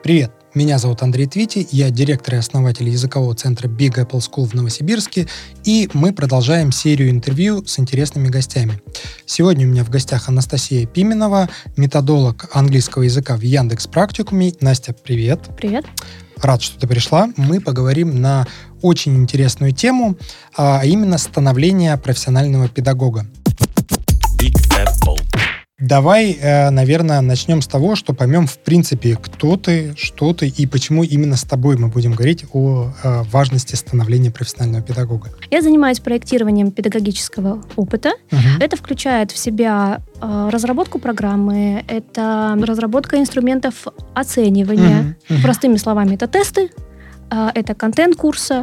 Привет, меня зовут Андрей Твити, я директор и основатель языкового центра Big Apple School в Новосибирске, и мы продолжаем серию интервью с интересными гостями. Сегодня у меня в гостях Анастасия Пименова, методолог английского языка в Яндекс.Практикуме. Настя, привет. Привет. Рад, что ты пришла. Мы поговорим на очень интересную тему, а именно становление профессионального педагога. Big Apple. Давай, наверное, начнем с того, что поймем, в принципе, кто ты, что ты и почему именно с тобой мы будем говорить о важности становления профессионального педагога. Я занимаюсь проектированием педагогического опыта. Это включает в себя разработку программы, это разработка инструментов оценивания. Простыми словами, это тесты. Это контент курса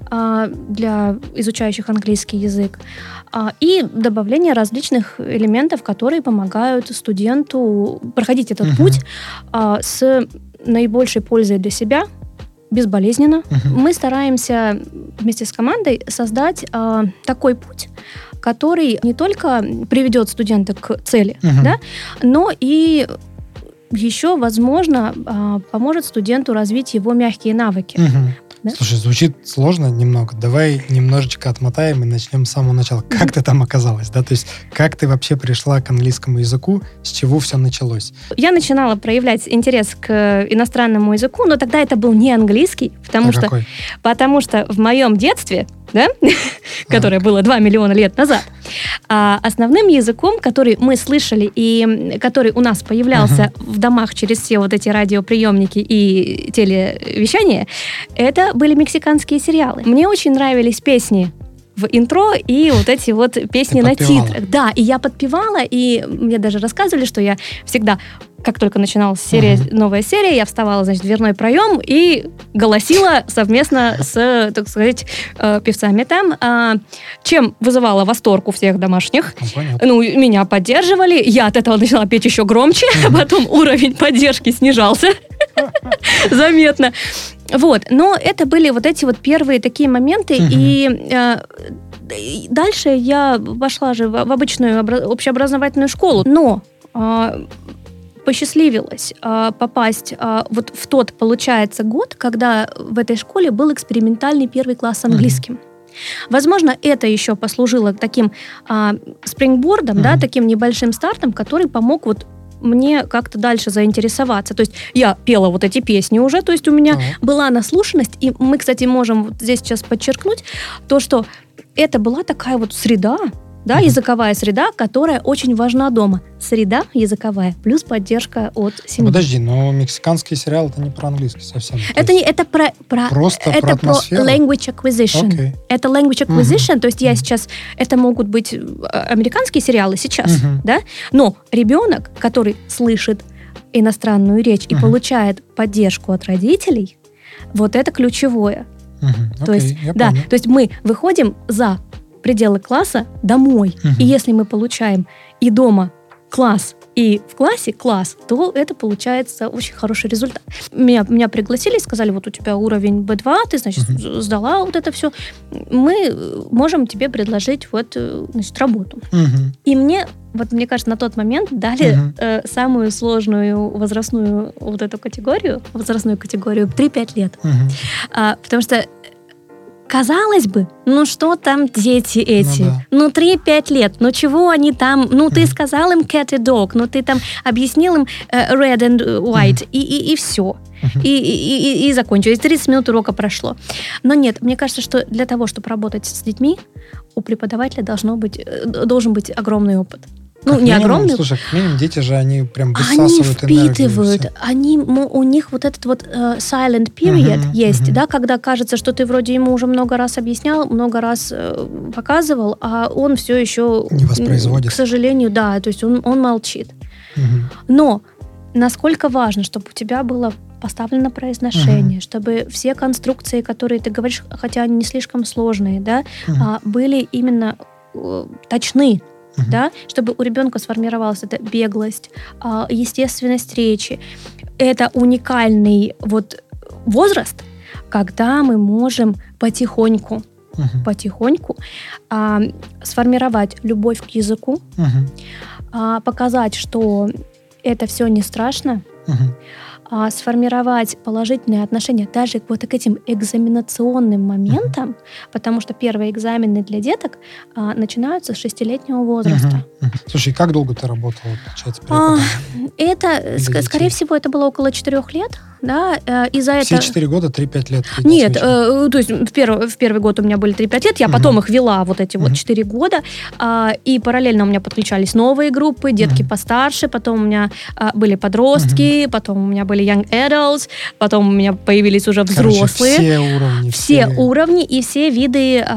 для изучающих английский язык и добавление различных элементов, которые помогают студенту проходить этот путь с наибольшей пользой для себя, безболезненно. Мы стараемся вместе с командой создать такой путь, который не только приведет студента к цели, да, но и еще, возможно, поможет студенту развить его мягкие навыки. Да? Слушай, звучит сложно немного. Давай немножечко отмотаем и начнем с самого начала. Как ты там оказалась? Да? То есть, как ты вообще пришла к английскому языку? С чего все началось? Я начинала проявлять интерес к иностранному языку, но тогда это был не английский, потому что в моем детстве, да, которое было 2 миллиона лет назад, основным языком, который мы слышали и который у нас появлялся в домах через все вот эти радиоприемники и телевещания, это были мексиканские сериалы. Мне очень нравились песни в интро и вот эти вот песни на титрах. Да, и я подпевала, и мне даже рассказывали, что я всегда, как только начиналась новая серия, я вставала, значит, в дверной проем и голосила совместно с, так сказать, певцами там, чем вызывала восторг у всех домашних. Ну, меня поддерживали, я от этого начала петь еще громче, а потом уровень поддержки снижался заметно. Вот, но это были вот эти вот первые такие моменты, и дальше я пошла же в обычную общеобразовательную школу, но посчастливилось попасть вот в тот, получается, год, когда в этой школе был экспериментальный первый класс с английским. Возможно, это еще послужило таким спрингбордом, да, таким небольшим стартом, который помог вот мне как-то дальше заинтересоваться. То есть я пела вот эти песни уже, то есть у меня была наслушанность, и мы, кстати, можем вот здесь сейчас подчеркнуть то, что это была такая вот среда, да, языковая среда, которая очень важна дома. Среда языковая плюс поддержка от семьи. Подожди, но мексиканский сериал это не про английский совсем. Это про language acquisition. Okay. Это language acquisition, то есть я сейчас, это могут быть американские сериалы сейчас, да, но ребенок, который слышит иностранную речь и получает поддержку от родителей, вот это ключевое. То есть, да, то есть мы выходим за пределы класса домой. И если мы получаем и дома класс, и в классе класс, то это получается очень хороший результат. Меня пригласили и сказали, вот у тебя уровень B2, ты, значит, сдала вот это все, мы можем тебе предложить вот, значит, работу. И мне кажется, на тот момент дали самую сложную возрастную вот эту категорию, 3-5 лет. Потому что казалось бы, ну что там дети эти? Ну 3-5 лет, ну чего они там? Ну ты сказал им cat и dog, ну ты там объяснил им red and white, и все. И закончилось. 30 минут урока прошло. Но нет, мне кажется, что для того, чтобы работать с детьми, у преподавателя должен быть огромный опыт. Ну, не огромный. Слушай, как минимум, дети же, они прям высасывают энергию. Они впитывают, у них вот этот вот silent period есть, да, когда кажется, что ты вроде ему уже много раз объяснял, много раз показывал, а он все еще... Не воспроизводит. К сожалению, да, то есть он молчит. Но насколько важно, чтобы у тебя было поставлено произношение, чтобы все конструкции, которые ты говоришь, хотя они не слишком сложные, да, были именно точны. Да, чтобы у ребенка сформировалась эта беглость, естественность речи. Это уникальный вот возраст, когда мы можем потихоньку сформировать любовь к языку, показать, что это все не страшно, сформировать положительные отношения даже вот к этим экзаменационным моментам, потому что первые экзамены для деток начинаются с 6-летнего возраста. Слушай, как долго ты работала, получается, преподавателем? Скорее всего, это было около 4 лет. Да, Все 4 года, 3-5 лет? Нет, то есть в первый год у меня были 3-5 лет, я потом их вела вот эти вот 4 года, и параллельно у меня подключались новые группы, детки постарше, потом у меня были подростки, потом у меня были young adults, потом у меня появились уже взрослые. Короче, все уровни и все виды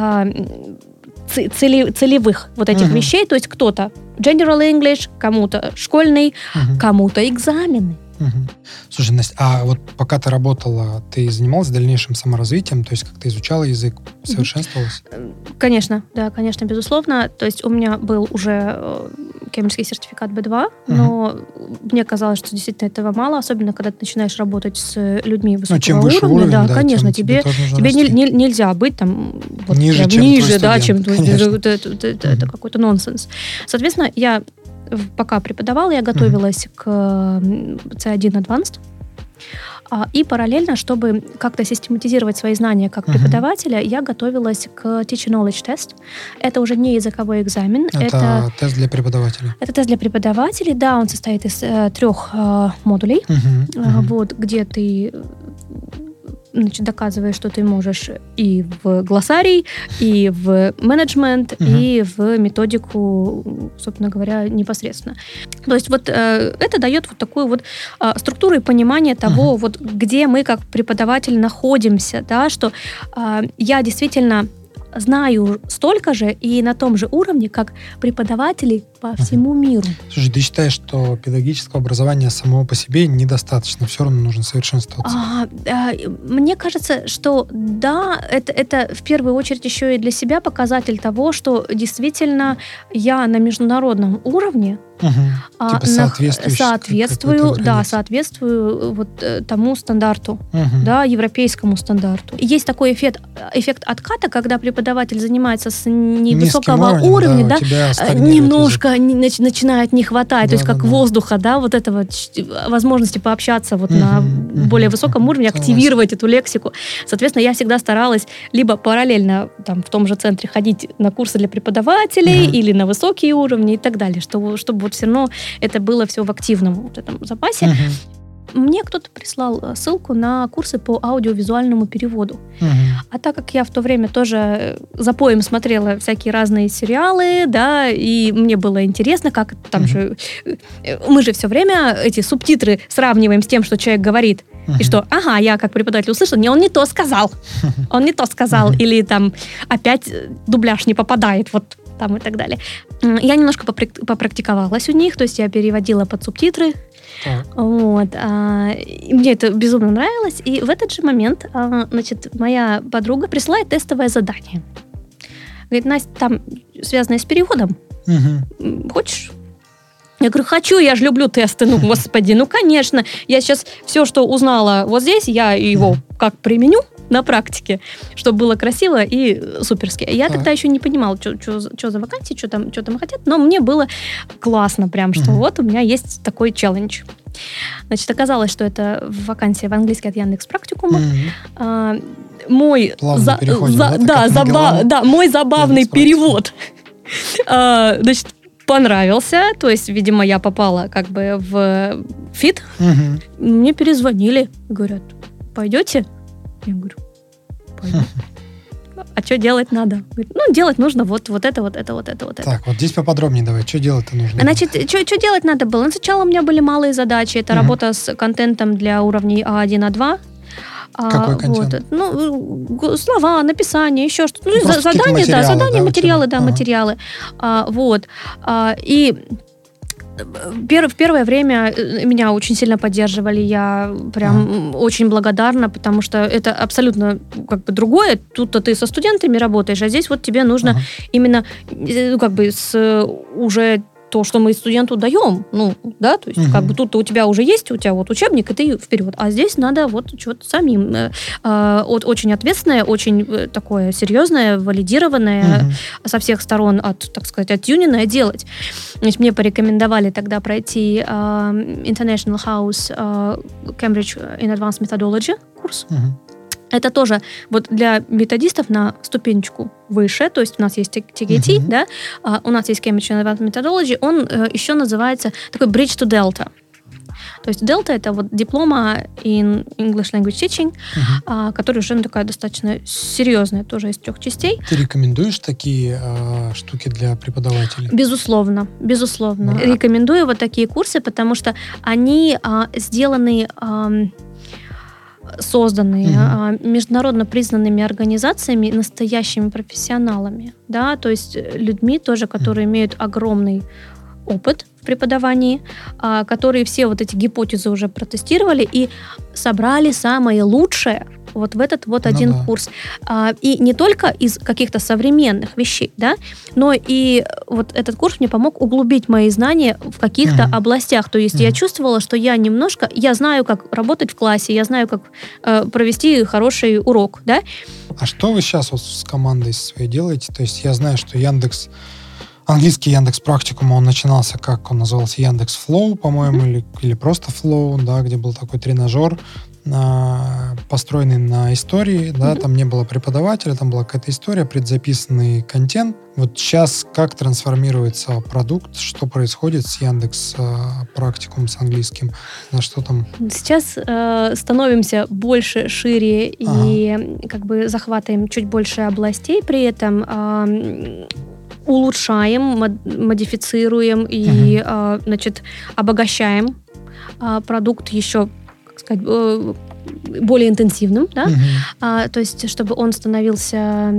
целевых вот этих вещей, то есть кто-то general English, кому-то школьный, кому-то экзамены. Слушай, Настя, а вот пока ты работала, ты занималась дальнейшим саморазвитием, то есть как-то изучала язык, совершенствовалась? Конечно, да, конечно, безусловно. То есть у меня был уже кембриджский сертификат B2, но мне казалось, что действительно этого мало, особенно когда ты начинаешь работать с людьми высокого уровня. Да, конечно, тебе нельзя быть там вот, ниже, да, чем это какой-то нонсенс. Соответственно, я пока преподавала, я готовилась к C1 Advanced, и параллельно, чтобы как-то систематизировать свои знания как преподавателя, я готовилась к Teaching Knowledge Test. Это уже не языковой экзамен. Это тест для преподавателей? Это тест для преподавателей, да, он состоит из 3 модулей, вот, где ты доказываешь, что ты можешь и в глоссарий, и в менеджмент, и в методику, собственно говоря, непосредственно. То есть вот это дает вот такую вот структуру и понимание того, вот где мы как преподаватель находимся, да, что я действительно знаю столько же и на том же уровне, как преподаватели по всему миру. Слушай, ты считаешь, что педагогического образования самого по себе недостаточно? Все равно нужно совершенствоваться? Мне кажется, что да, это в первую очередь еще и для себя показатель того, что действительно я на международном уровне типа соответствую вот тому стандарту, да, европейскому стандарту. Есть такой эффект отката, когда преподаватель занимается с невысокого уровня, да, немножко начинает не хватать, то есть как воздуха, да, вот этого возможности пообщаться вот на более высоком уровне, активировать эту лексику. Соответственно, я всегда старалась либо параллельно там в том же центре ходить на курсы для преподавателей или на высокие уровни и так далее, чтобы вот все равно это было все в активном вот этом запасе. Мне кто-то прислал ссылку на курсы по аудиовизуальному переводу. А так как я в то время тоже запоем смотрела всякие разные сериалы, да, и мне было интересно, как там же... Мы же все время эти субтитры сравниваем с тем, что человек говорит. И что, я как преподаватель услышала, он не то сказал. Он не то сказал. Или там опять дубляж не попадает. Вот там и так далее. Я немножко попрактиковалась у них, то есть я переводила под субтитры. Вот. И мне это безумно нравилось. И в этот же момент, значит, моя подруга присылает тестовое задание. Говорит, Настя, там связанное с переводом. Хочешь? Я говорю, хочу, я же люблю тесты. Ну, господи, ну, конечно. Я сейчас все, что узнала вот здесь, я его как применю на практике, чтобы было красиво и суперски. Я тогда еще не понимала, что за вакансии, что там хотят, но мне было классно прям, что вот у меня есть такой челлендж. Значит, оказалось, что это вакансия в английский от Яндекс.Практикума. Мой мой забавный перевод. Значит, понравился, то есть, видимо, я попала как бы в фит. Мне перезвонили, говорят, пойдете? Я говорю, пойду. А что делать надо? Говорит, делать нужно вот это. Так, вот здесь поподробнее давай, что делать-то нужно? Значит, что делать надо было? Сначала у меня были малые задачи, это работа с контентом для уровней А1, А2. Какой контент? Вот, слова, написание, еще что-то. Задания, материалы. Вот. И в первое время меня очень сильно поддерживали, я прям очень благодарна, потому что это абсолютно как бы другое. Тут-то ты со студентами работаешь, а здесь вот тебе нужно именно как бы с уже то, что мы студенту даем. Ну, да, то есть как бы тут у тебя уже есть, у тебя вот учебник, и ты вперед. А здесь надо вот что-то самим. Очень ответственное, очень такое серьезное, валидированное со всех сторон, так сказать, оттюненное делать. Значит, мне порекомендовали тогда пройти International House Cambridge in Advanced Methodology курс. Это тоже вот для методистов на ступенечку выше, то есть у нас есть TGT, да, у нас есть Cambridge in Advanced Methodology, он еще называется такой Bridge to Delta. То есть Delta — это вот диплома in English Language Teaching, который уже такая достаточно серьезная, тоже из 3 частей. Ты рекомендуешь такие штуки для преподавателей? Безусловно. Рекомендую вот такие курсы, потому что они сделаны... созданные международно признанными организациями, настоящими профессионалами, да, то есть людьми тоже, которые имеют огромный опыт в преподавании, которые все вот эти гипотезы уже протестировали и собрали самое лучшее вот в этот вот один курс. И не только из каких-то современных вещей, да, но и вот этот курс мне помог углубить мои знания в каких-то областях. То есть я чувствовала, что я знаю, как работать в классе, я знаю, как провести хороший урок, да. А что вы сейчас вот с командой своей делаете? То есть я знаю, что английский Яндекс Практикум, он начинался, как он назывался, Яндекс Флоу, по-моему, или просто Флоу, да, где был такой тренажер, построенный на истории, да, там не было преподавателя, там была какая-то история, предзаписанный контент. Вот сейчас как трансформируется продукт, что происходит с Яндекс Практикум, с английским, на что там? Сейчас становимся больше, шире и как бы захватываем чуть больше областей, при этом улучшаем, модифицируем и, значит, обогащаем продукт еще, как сказать, более интенсивным, да? То есть, чтобы он становился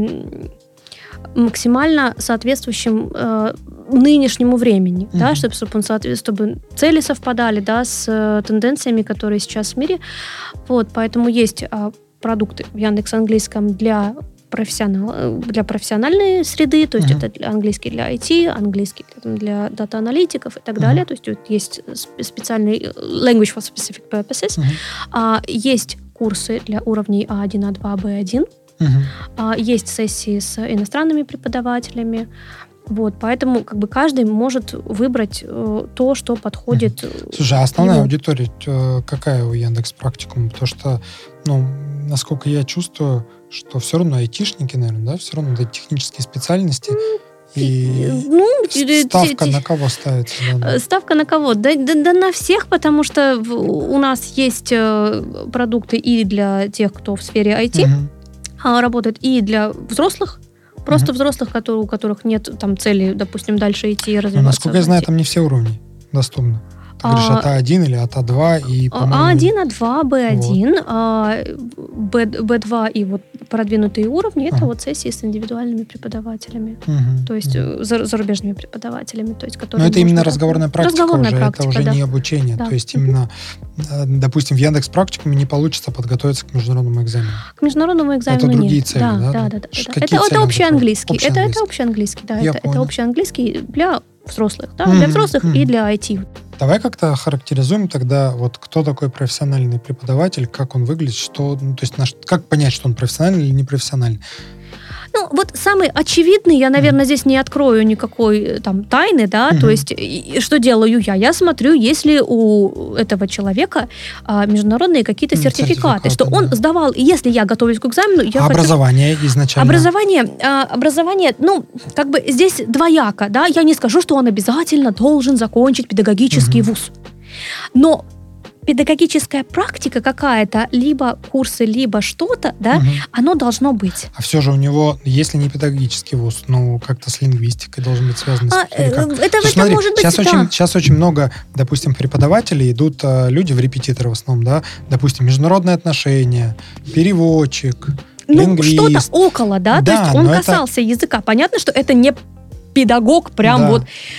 максимально соответствующим нынешнему времени, да, чтобы цели совпадали, да, с тенденциями, которые сейчас в мире. Вот, поэтому есть продукты в Яндекс.Английском для профессиональной среды, то есть это английский для IT, английский для дата-аналитиков и так далее. То есть есть специальный language for specific purposes. Есть курсы для уровней А1, А2, Б1. Есть сессии с иностранными преподавателями. Вот, поэтому как бы каждый может выбрать то, что подходит. Слушай, а основная аудитория какая у Яндекс Практикум? Потому что, насколько я чувствую, что все равно айтишники, наверное, да, все равно это технические специальности. И ставка на кого ставится? Да? Ставка на кого? Да на всех, потому что у нас есть продукты и для тех, кто в сфере IT работает, и для взрослых. Просто взрослых, у которых нет там цели, допустим, дальше идти и развиваться. Насколько я знаю, там не все уровни доступны. Ты говоришь, от А1 или от А2 и, по-моему... А1, А2, Б1, Б2 и вот продвинутые уровни, это вот сессии с индивидуальными преподавателями, то есть зарубежными преподавателями. То есть, которые. Но это именно разговорная практика это уже не обучение. Да. То есть именно, допустим, в Яндекс Практикуме не получится подготовиться к международному экзамену. К международному экзамену это другие цели, да? Это общий английский. Это общий английский, да. Это общий английский для взрослых, да, для взрослых и для IT. Давай как-то характеризуем тогда, вот кто такой профессиональный преподаватель, как он выглядит, то есть как понять, что он профессиональный или непрофессиональный? Вот самый очевидный, я, наверное, здесь не открою никакой там тайны, да, то есть что делаю я? Я смотрю, есть ли у этого человека международные какие-то сертификаты, что он сдавал, если я готовлюсь к экзамену, я образование изначально? Образование, как бы здесь двояко, да, я не скажу, что он обязательно должен закончить педагогический вуз, но педагогическая практика какая-то, либо курсы, либо что-то, да, оно должно быть. А все же у него, если не педагогический вуз, как-то с лингвистикой должен быть связан. Это может быть, сейчас очень много, допустим, преподавателей идут люди в репетиторы в основном, да, допустим, международные отношения, переводчик, лингвист. Что-то около, да, то есть он касался языка. Понятно, что это не педагог прям вот.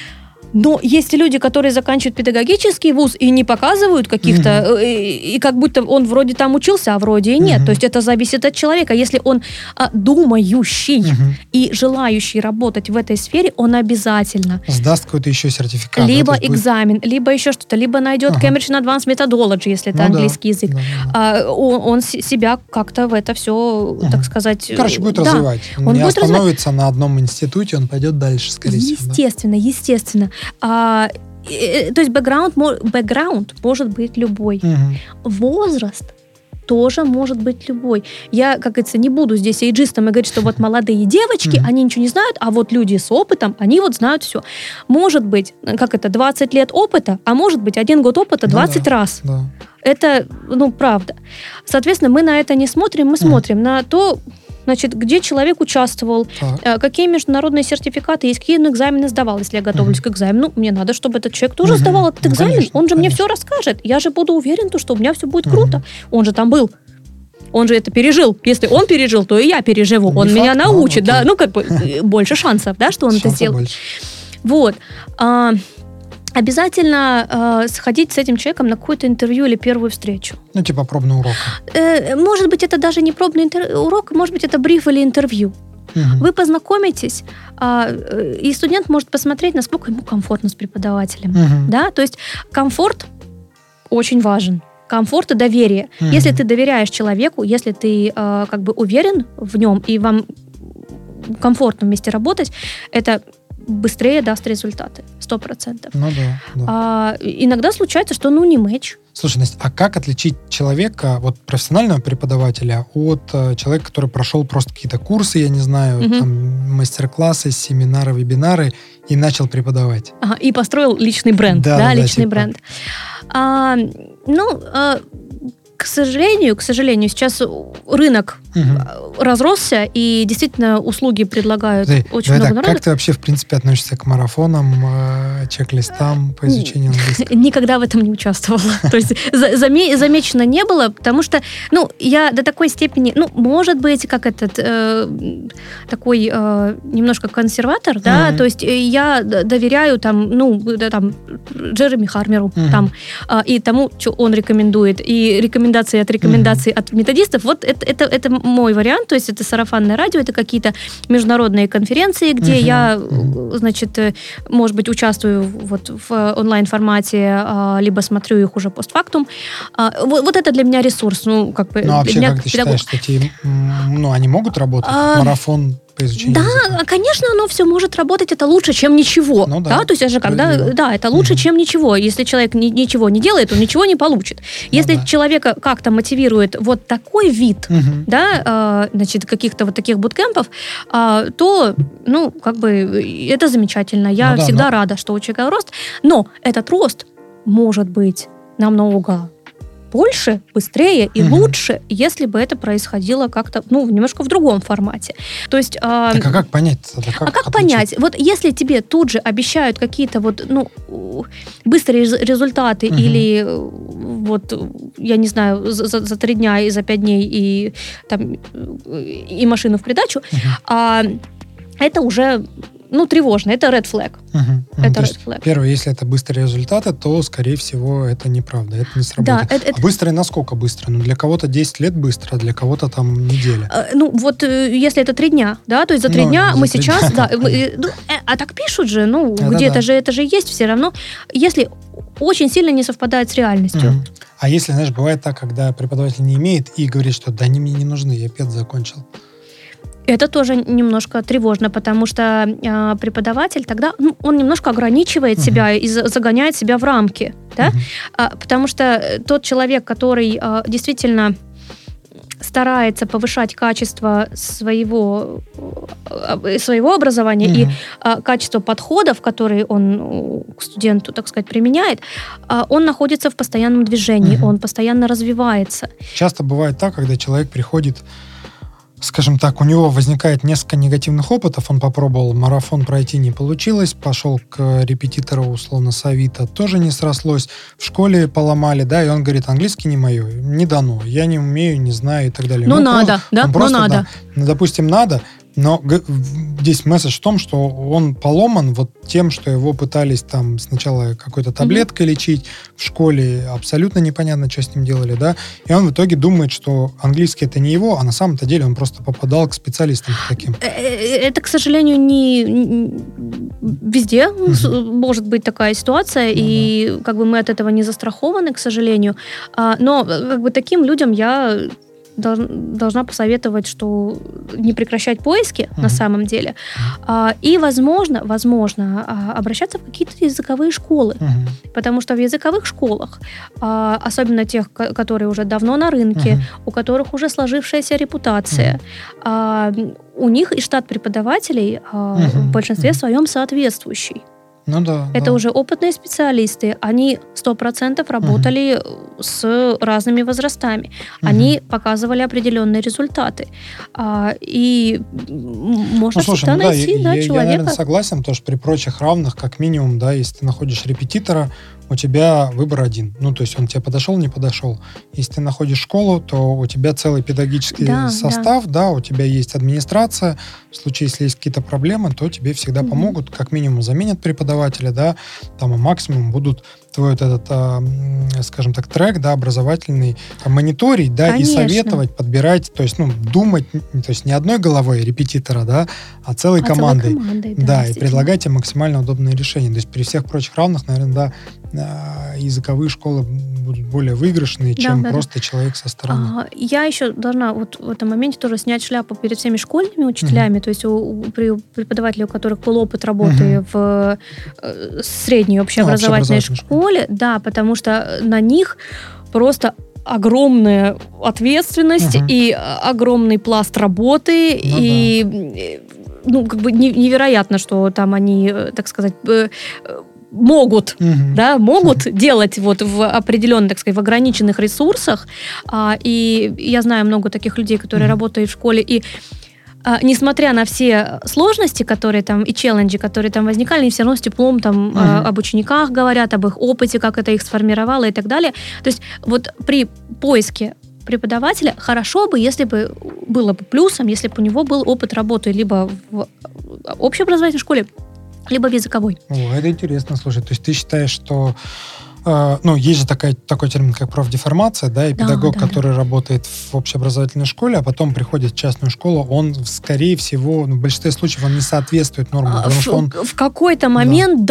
Но есть люди, которые заканчивают педагогический вуз и не показывают каких-то, и как будто он вроде там учился, а вроде и нет. То есть это зависит от человека. Если он думающий и желающий работать в этой сфере, он обязательно сдаст какой-то еще сертификат. Либо экзамен, либо еще что-то, либо найдет Cambridge Advanced Methodology, если это английский язык. Он себя как-то в это все, так сказать... Короче, будет развивать. Он не остановится на одном институте, он пойдет дальше, скорее всего. Естественно. То есть бэкграунд может быть любой. Возраст тоже может быть любой. Я, как говорится, не буду здесь эйджистом и говорить, что вот молодые девочки, они ничего не знают, а вот люди с опытом, они вот знают все. Может быть, 20 лет опыта, а может быть 1 год опыта 20 раз. Да. Это, правда. Соответственно, мы на это не смотрим, мы смотрим на то, значит, где человек участвовал, какие международные сертификаты есть, какие он экзамены сдавал. Если я готовлюсь к экзамену, мне надо, чтобы этот человек тоже сдавал этот экзамен. Конечно, он же мне все расскажет. Я же буду уверен, что у меня все будет круто. Он же там был. Он же это пережил. Если он пережил, то и я переживу. Он меня научит. Да? Больше шансов, да, что он это сделал. Больше. Вот. Обязательно сходить с этим человеком на какое-то интервью или первую встречу. Типа пробный урок. Может быть, это даже не пробный урок, может быть, это бриф или интервью. Вы познакомитесь, и студент может посмотреть, насколько ему комфортно с преподавателем. Да? То есть комфорт очень важен. Комфорт и доверие. Если ты доверяешь человеку, если ты уверен в нем, и вам комфортно вместе работать, это быстрее даст результаты. 100%. Да. Иногда случается, что не матч. Слушай, Настя, а как отличить человека, профессионального преподавателя, от человека, который прошел просто какие-то курсы, я не знаю, там, мастер-классы, семинары, вебинары и начал преподавать? И построил личный бренд. Личный бренд. К сожалению, сейчас рынок разросся, и действительно услуги предлагают очень много народу. Как ты вообще, в принципе, относишься к марафонам, чек-листам по изучению английского? Никогда в этом не участвовала. То есть замечено не было, потому что, я до такой степени, может быть, такой немножко консерватор, да, то есть я доверяю Джереми Хармеру, и тому, что он рекомендует, и рекомендации от методистов. Вот это мой вариант, то есть это сарафанное радио, это какие-то международные конференции, где я, может быть, участвую в онлайн-формате, либо смотрю их уже постфактум. Вот это для меня ресурс. Вообще, как ты считаешь, что они могут работать? Марафон по изучению языка? Конечно, оно все может работать, это лучше, чем ничего. То есть это лучше, чем ничего. Если человек ничего не делает, он ничего не получит. Если человека как-то мотивирует вот такой вид, каких-то вот таких буткемпов, то, это замечательно. Я всегда рада, что у человека рост. Но этот рост может быть намного больше, быстрее и лучше, если бы это происходило как-то, немножко в другом формате. То есть... А как понять? Как понять? Вот если тебе тут же обещают какие-то быстрые результаты или я не знаю, за 3 дня и за 5 дней и машину в придачу, это уже... тревожно. Это red flag. Это red flag. Первое, если это быстрые результаты, то, скорее всего, это неправда. Это не сработает. А быстрые насколько быстро? Для кого-то 10 лет быстро, для кого-то там неделя. Если это 3 дня, да, то есть за 3 дня мы сейчас... А так пишут же, где-то же это же есть все равно. Если очень сильно не совпадает с реальностью. А если, знаешь, бывает так, когда преподаватель не имеет и говорит, что да, они мне не нужны, я ПЕД закончил. Это тоже немножко тревожно, потому что преподаватель тогда, он немножко ограничивает себя и загоняет себя в рамки, да? Потому что тот человек, который действительно старается повышать качество своего образования и качество подходов, которые он к студенту, так сказать, применяет, он находится в постоянном движении, он постоянно развивается. Часто бывает так, когда человек приходит, скажем так, у него возникает несколько негативных опытов, он попробовал марафон пройти, не получилось, пошел к репетитору, условно, с Авито, тоже не срослось, в школе поломали, да, и он говорит, английский не мое, не дано, я не умею, не знаю и так далее. Надо, да, допустим, надо, Но здесь месседж в том, что он поломан вот тем, что его пытались там сначала какой-то таблеткой лечить, в школе абсолютно непонятно, что с ним делали, да, и он в итоге думает, что английский это не его, а на самом-то деле он просто попадал к специалистам таким. Это, к сожалению, не везде может быть такая ситуация, и как бы мы от этого не застрахованы, к сожалению, но как бы таким людям я должна посоветовать, что не прекращать поиски на самом деле, и, возможно, обращаться в какие-то языковые школы, потому что в языковых школах, особенно тех, которые уже давно на рынке, у которых уже сложившаяся репутация, у них и штат преподавателей в большинстве своем соответствующий. Ну да. Это уже опытные специалисты. Они 100% работали с разными возрастами. Они показывали определенные результаты. И можно всегда найти человека. Я, наверное, согласен, потому что при прочих равных, как минимум, да, если ты находишь репетитора, у тебя выбор один. Ну, то есть он тебе подошел, не подошел. Если ты находишь школу, то у тебя целый педагогический состав, да, у тебя есть администрация. В случае, если есть какие-то проблемы, то тебе всегда помогут, как минимум заменят преподавателя, да, там, а максимум будут твой вот этот, скажем так, трек, да, образовательный, мониторить, да, и советовать, подбирать, то есть, ну, думать, то есть не одной головой репетитора, да, а целой командой. Да, и предлагать им максимально удобные решения. То есть при всех прочих равных, наверное, да, языковые школы будут более выигрышные, чем просто человек со стороны. Я еще должна вот в этом моменте тоже снять шляпу перед всеми школьными учителями, то есть у преподавателей, у которых был опыт работы в средней общеобразовательной школе, да, потому что на них просто огромная ответственность и огромный пласт работы, ну, как бы невероятно, что там они, так сказать, могут делать вот в определенных, так сказать, в ограниченных ресурсах. И я знаю много таких людей, которые работают в школе, и несмотря на все сложности, которые там, и челленджи, которые там возникали, они все равно с теплом там об учениках говорят, об их опыте, как это их сформировало и так далее. То есть вот при поиске преподавателя хорошо бы, если бы было бы плюсом, если бы у него был опыт работы либо в общеобразовательной школе, либо в языковой. Это интересно, слушай. То есть ты считаешь, что есть же такой термин, как профдеформация, да, и педагог, который работает в общеобразовательной школе, а потом приходит в частную школу, он, скорее всего, в большинстве случаев он не соответствует нормам, потому что он... В какой-то момент,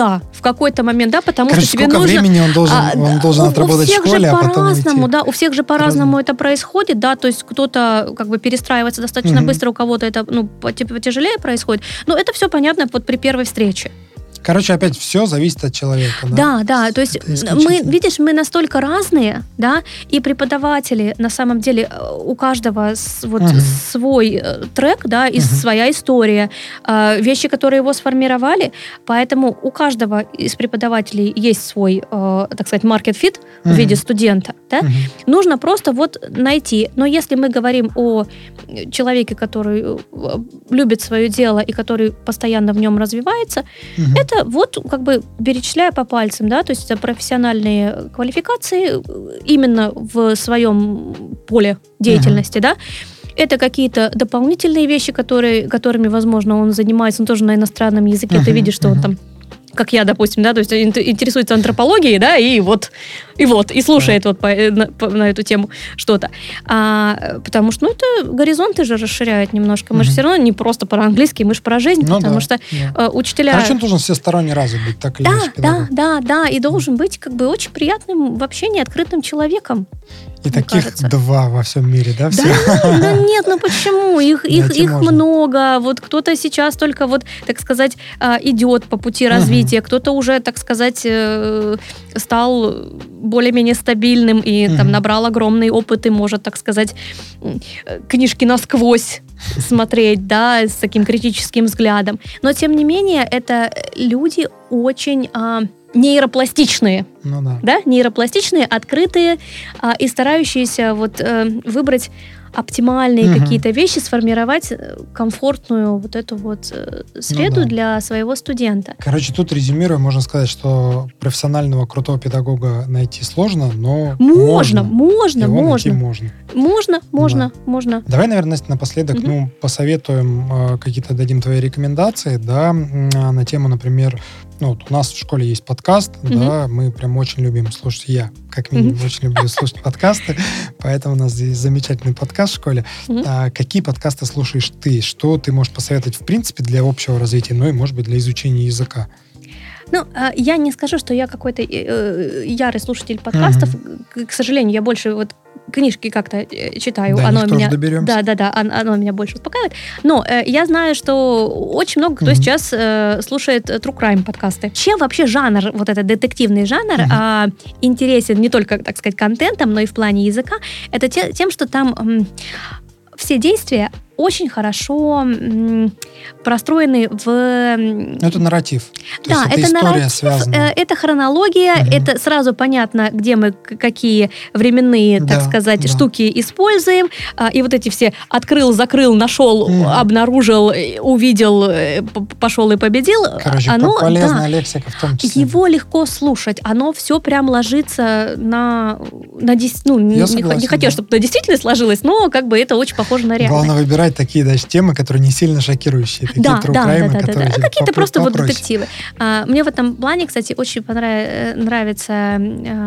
потому что тебе сколько времени он должен отработать в школе, а потом идти. У всех же по-разному это происходит, да, то есть кто-то как бы перестраивается достаточно быстро, у кого-то это, потяжелее происходит, но это все понятно вот при первой встрече. Короче, опять все зависит от человека. Да, то есть мы настолько разные, да, и преподаватели, на самом деле, у каждого свой трек, да, и своя история, вещи, которые его сформировали, поэтому у каждого из преподавателей есть свой, так сказать, market fit в виде студента, да, нужно просто вот найти, но если мы говорим о человеке, который любит свое дело и который постоянно в нем развивается, это вот как бы перечисляя по пальцам, да, то есть это профессиональные квалификации именно в своем поле деятельности, да. Это какие-то дополнительные вещи, которыми, возможно, он занимается, он тоже на иностранном языке, ты видишь, что он там, как я, допустим, да, то есть интересуется антропологией, да, и слушает вот на эту тему что-то. Потому что, это горизонты же расширяют немножко. Мы же все равно не просто про английский, мы же про жизнь, потому что учителя... Короче, он должен всесторонне развит быть, так или иначе. Да, и должен быть как бы очень приятным в общении, открытым человеком. И таких кажется. 2 во всем мире, да? Все? Да нет, почему? Их много. Вот кто-то сейчас только вот, так сказать, идет по пути развития, кто-то уже, так сказать, стал более-менее стабильным и там набрал огромный опыт и может, так сказать, книжки насквозь смотреть, да, с таким критическим взглядом. Но, тем не менее, это люди очень нейропластичные. Ну да. Да? Нейропластичные, открытые и старающиеся выбрать оптимальные какие-то вещи, сформировать комфортную вот эту вот среду для своего студента. Короче, тут резюмируя, можно сказать, что профессионального крутого педагога найти сложно, но можно. Найти можно. Давай, наверное, Настя, напоследок посоветуем, какие-то дадим твои рекомендации, да, на тему, например, вот у нас в школе есть подкаст, да, мы прям очень любим слушать, я как минимум очень люблю слушать подкасты, поэтому у нас здесь замечательный подкаст в школе. Какие подкасты слушаешь ты? Что ты можешь посоветовать, в принципе, для общего развития, ну и, может быть, для изучения языка? Ну, я не скажу, что я какой-то ярый слушатель подкастов. К сожалению, я больше книжки как-то читаю. Да, оно меня, да, оно меня больше успокаивает. Но я знаю, что очень много кто сейчас слушает True Crime подкасты. Чем вообще жанр, вот этот детективный жанр, интересен не только, так сказать, контентом, но и в плане языка, это тем, что там все действия очень хорошо простроены в... Это нарратив. Да, это история нарратив, связанная. Это хронология, это сразу понятно, где мы какие временные, так сказать, штуки используем. И вот эти все открыл, закрыл, нашел, обнаружил, увидел, пошел и победил. Короче, полезная лексика в том числе. Его легко слушать. Оно все прям ложится на не хотел, чтобы на действительность сложилось, но как бы это очень похоже на реальность. Главное выбирать такие даже темы, которые не сильно шокирующие. Такие true crime, которые какие-то просто детективы. Мне в этом плане, кстати, очень нравятся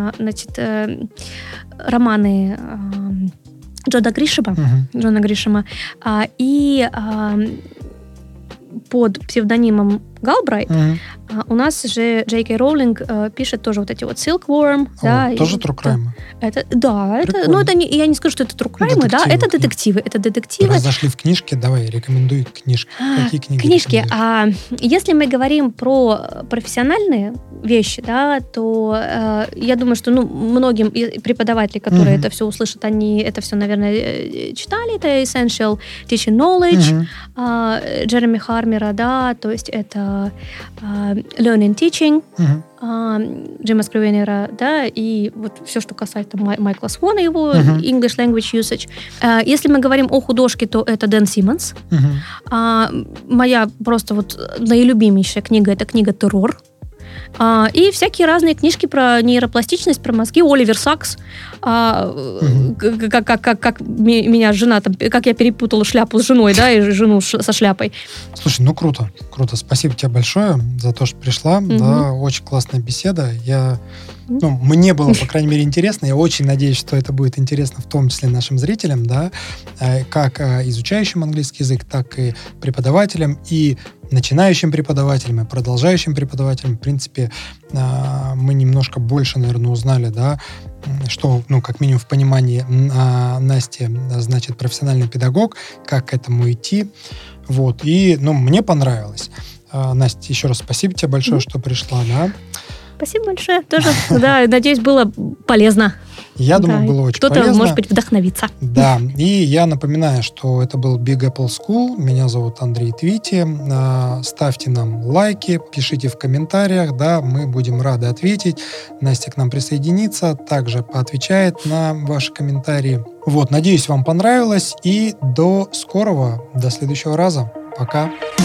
романы Джона Гришема. И под псевдонимом Галбрайт у нас же Джей Кей Роулинг пишет тоже вот эти вот Silkworm. Тоже true crime? Я не скажу, что это true crime, да, это детективы. Раз зашли в книжки, давай, рекомендуй книжки. Какие книги? Книжки. Если мы говорим про профессиональные вещи, да, то я думаю, что многим преподаватели, которые это все услышат, они это все, наверное, читали. Это Essential Teaching Knowledge Джереми Хармера, да, то есть это Learning Teaching Джима Скривенера, да, и вот все, что касается Майкла Свона, его English Language Usage. Если мы говорим о художке, то это Дэн Симмонс. Моя просто наилюбимейшая книга — это книга «Террор». И всякие разные книжки про нейропластичность, про мозги. Оливер Сакс, как меня жена, как я перепутала шляпу с женой, да, и жену со шляпой. Слушай, круто. Спасибо тебе большое за то, что пришла. Да, очень классная беседа. Мне было, по крайней мере, интересно. Я очень надеюсь, что это будет интересно в том числе нашим зрителям, да, как изучающим английский язык, так и преподавателям, и начинающим преподавателям, и продолжающим преподавателям. В принципе, мы немножко больше, наверное, узнали, да, что, как минимум в понимании Насти, значит профессиональный педагог, как к этому идти. Вот. И, мне понравилось. Настя, еще раз спасибо тебе большое, что пришла, да. Спасибо большое. Тоже, да, надеюсь, было полезно. Я думаю, было очень полезно. Кто-то, может быть, вдохновится. Да, и я напоминаю, что это был Big Apple School. Меня зовут Андрей Твити. Ставьте нам лайки, пишите в комментариях, да, мы будем рады ответить. Настя к нам присоединится, также поотвечает на ваши комментарии. Вот, надеюсь, вам понравилось, и до скорого, до следующего раза. Пока.